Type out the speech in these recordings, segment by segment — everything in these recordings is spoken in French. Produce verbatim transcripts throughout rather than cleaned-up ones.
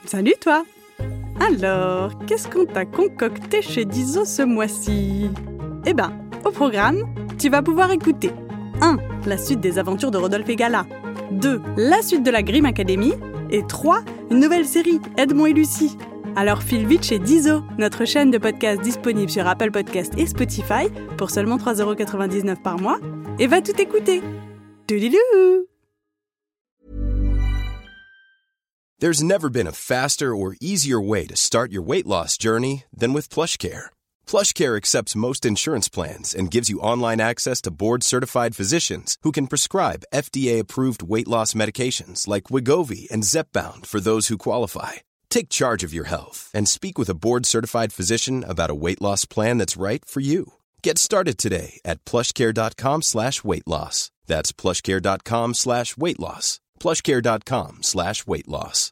Salut toi! Alors, qu'est-ce qu'on t'a concocté chez Diso ce mois-ci? Eh ben, au programme, tu vas pouvoir écouter un. La suite des aventures de Rodolphe et Gala. deux. La suite de la Grimm Academy. Et trois. Une nouvelle série, Edmond et Lucie. Alors file vite chez Diso, notre chaîne de podcast disponible sur Apple Podcasts et Spotify pour seulement trois euros quatre-vingt-dix-neuf par mois et va tout écouter. Toudilou! There's never been a faster or easier way to start your weight loss journey than with PlushCare. PlushCare accepts most insurance plans and gives you online access to board-certified physicians who can prescribe F D A-approved weight loss medications like Wegovy and Zepbound for those who qualify. Take charge of your health and speak with a board-certified physician about a weight loss plan that's right for you. Get started today at plushcare.com slash weight loss. That's plushcare.com slash weight loss. plushcare.com slash weight loss.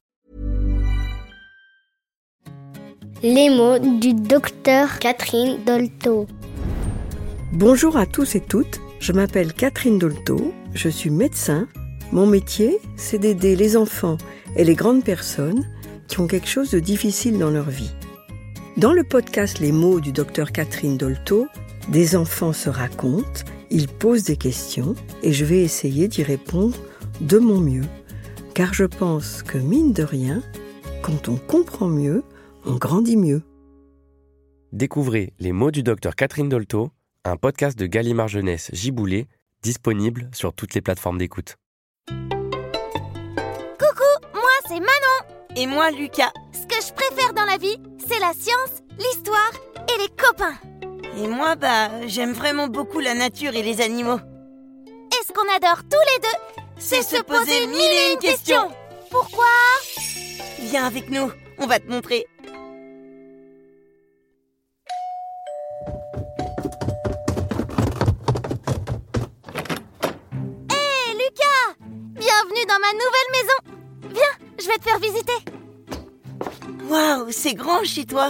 Les mots du docteur Catherine Dolto. Bonjour à tous et toutes, je m'appelle Catherine Dolto, je suis médecin. Mon métier, c'est d'aider les enfants et les grandes personnes qui ont quelque chose de difficile dans leur vie. Dans le podcast Les mots du docteur Catherine Dolto, des enfants se racontent, ils posent des questions et je vais essayer d'y répondre de mon mieux. Car je pense que mine de rien, quand on comprend mieux, on grandit mieux. Découvrez Les mots du docteur Catherine Dolto, un podcast de Gallimard Jeunesse Giboulé, disponible sur toutes les plateformes d'écoute. Coucou, moi c'est Manon. Et moi Lucas. Ce que je préfère dans la vie, c'est la science, l'histoire et les copains. Et moi, bah, j'aime vraiment beaucoup la nature et les animaux. Et ce qu'on adore tous les deux, c'est, c'est se poser, poser mille et une questions. Pourquoi ? Viens avec nous, on va te montrer. Hé hey, Lucas, bienvenue dans ma nouvelle maison. Viens, je vais te faire visiter. Waouh, c'est grand chez toi.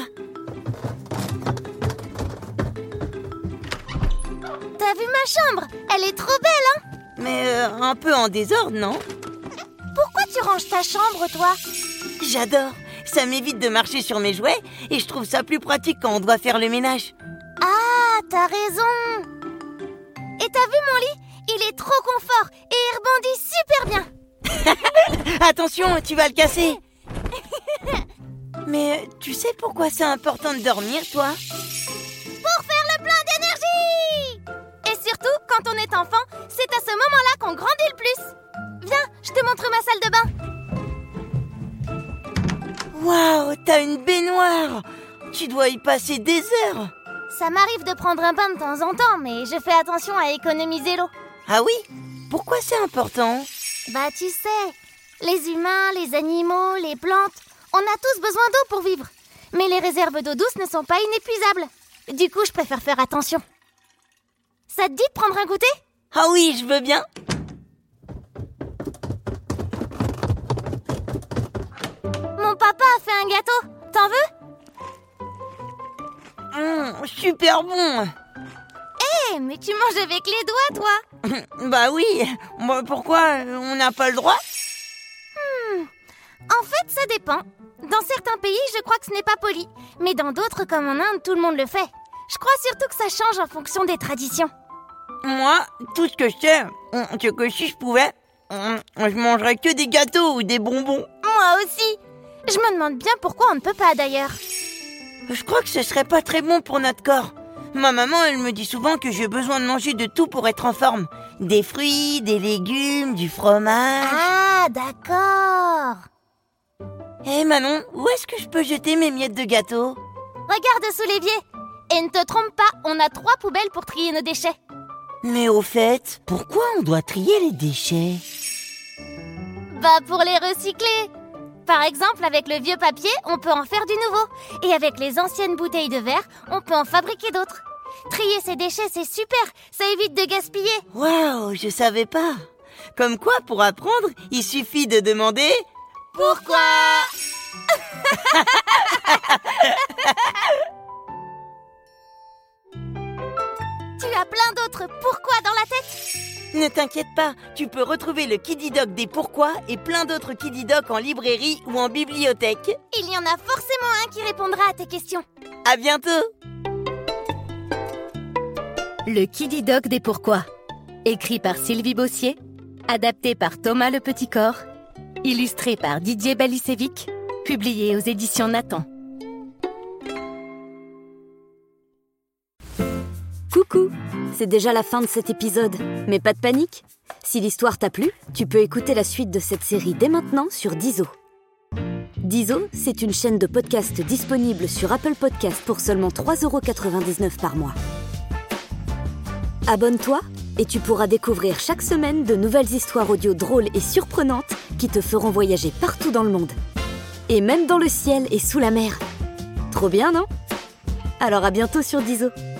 T'as vu ma chambre ? Elle est trop belle, hein ? Mais euh, un peu en désordre, non ? Pourquoi tu ranges ta chambre, toi ? J'adore. Ça m'évite de marcher sur mes jouets et je trouve ça plus pratique quand on doit faire le ménage. Ah, t'as raison. Et t'as vu mon lit ? Il est trop confort et il rebondit super bien. Attention, tu vas le casser. Mais tu sais pourquoi c'est important de dormir, toi ? Pour faire le plein d'énergie ! Et surtout, quand on est enfant, c'est à ce moment-là qu'on grandit le plus. Viens, je te montre ma salle de bain. Waouh, t'as une baignoire. Tu dois y passer des heures. Ça m'arrive de prendre un bain de temps en temps, mais je fais attention à économiser l'eau. Ah oui ? Pourquoi c'est important ? Bah tu sais, les humains, les animaux, les plantes, on a tous besoin d'eau pour vivre. Mais les réserves d'eau douce ne sont pas inépuisables. Du coup, je préfère faire attention. Ça te dit de prendre un goûter ? Ah oui, je veux bien. Mon papa a fait un gâteau. T'en veux ? Mmh, super bon. Hé, hey, mais tu manges avec les doigts, toi ? Bah oui. Moi, pourquoi on n'a pas le droit ? Hmm. En fait, ça dépend. Dans certains pays, je crois que ce n'est pas poli. Mais dans d'autres, comme en Inde, tout le monde le fait. Je crois surtout que ça change en fonction des traditions. Moi, tout ce que je sais, c'est que si je pouvais, je mangerais que des gâteaux ou des bonbons. Moi aussi. Je me demande bien pourquoi on ne peut pas d'ailleurs. Je crois que ce serait pas très bon pour notre corps. Ma maman, elle me dit souvent que j'ai besoin de manger de tout pour être en forme. Des fruits, des légumes, du fromage. Ah, d'accord. Hé hey Manon, où est-ce que je peux jeter mes miettes de gâteau ? Regarde sous l'évier. Et ne te trompe pas, on a trois poubelles pour trier nos déchets. Mais au fait, pourquoi on doit trier les déchets ? Bah pour les recycler. Par exemple, avec le vieux papier, on peut en faire du nouveau. Et avec les anciennes bouteilles de verre, on peut en fabriquer d'autres. Trier ces déchets, c'est super. Ça évite de gaspiller. Waouh, je savais pas. Comme quoi, pour apprendre, il suffit de demander... Pourquoi ? Tu as plein d'autres pourquoi dans la tête ? Ne t'inquiète pas, tu peux retrouver le Kididoc des pourquoi et plein d'autres Kididoc en librairie ou en bibliothèque. Il y en a forcément un qui répondra à tes questions. À bientôt. Le Kididoc des pourquoi. Écrit par Sylvie Bossier, adapté par Thomas Le Petit Corps, illustré par Didier Balicevic, publié aux éditions Nathan. Coucou, c'est déjà la fin de cet épisode, mais pas de panique. Si l'histoire t'a plu, tu peux écouter la suite de cette série dès maintenant sur Diso. Diso, c'est une chaîne de podcast disponible sur Apple Podcasts pour seulement trois euros quatre-vingt-dix-neuf par mois. Abonne-toi et tu pourras découvrir chaque semaine de nouvelles histoires audio drôles et surprenantes qui te feront voyager partout dans le monde. Et même dans le ciel et sous la mer. Trop bien, non ? Alors à bientôt sur Diso.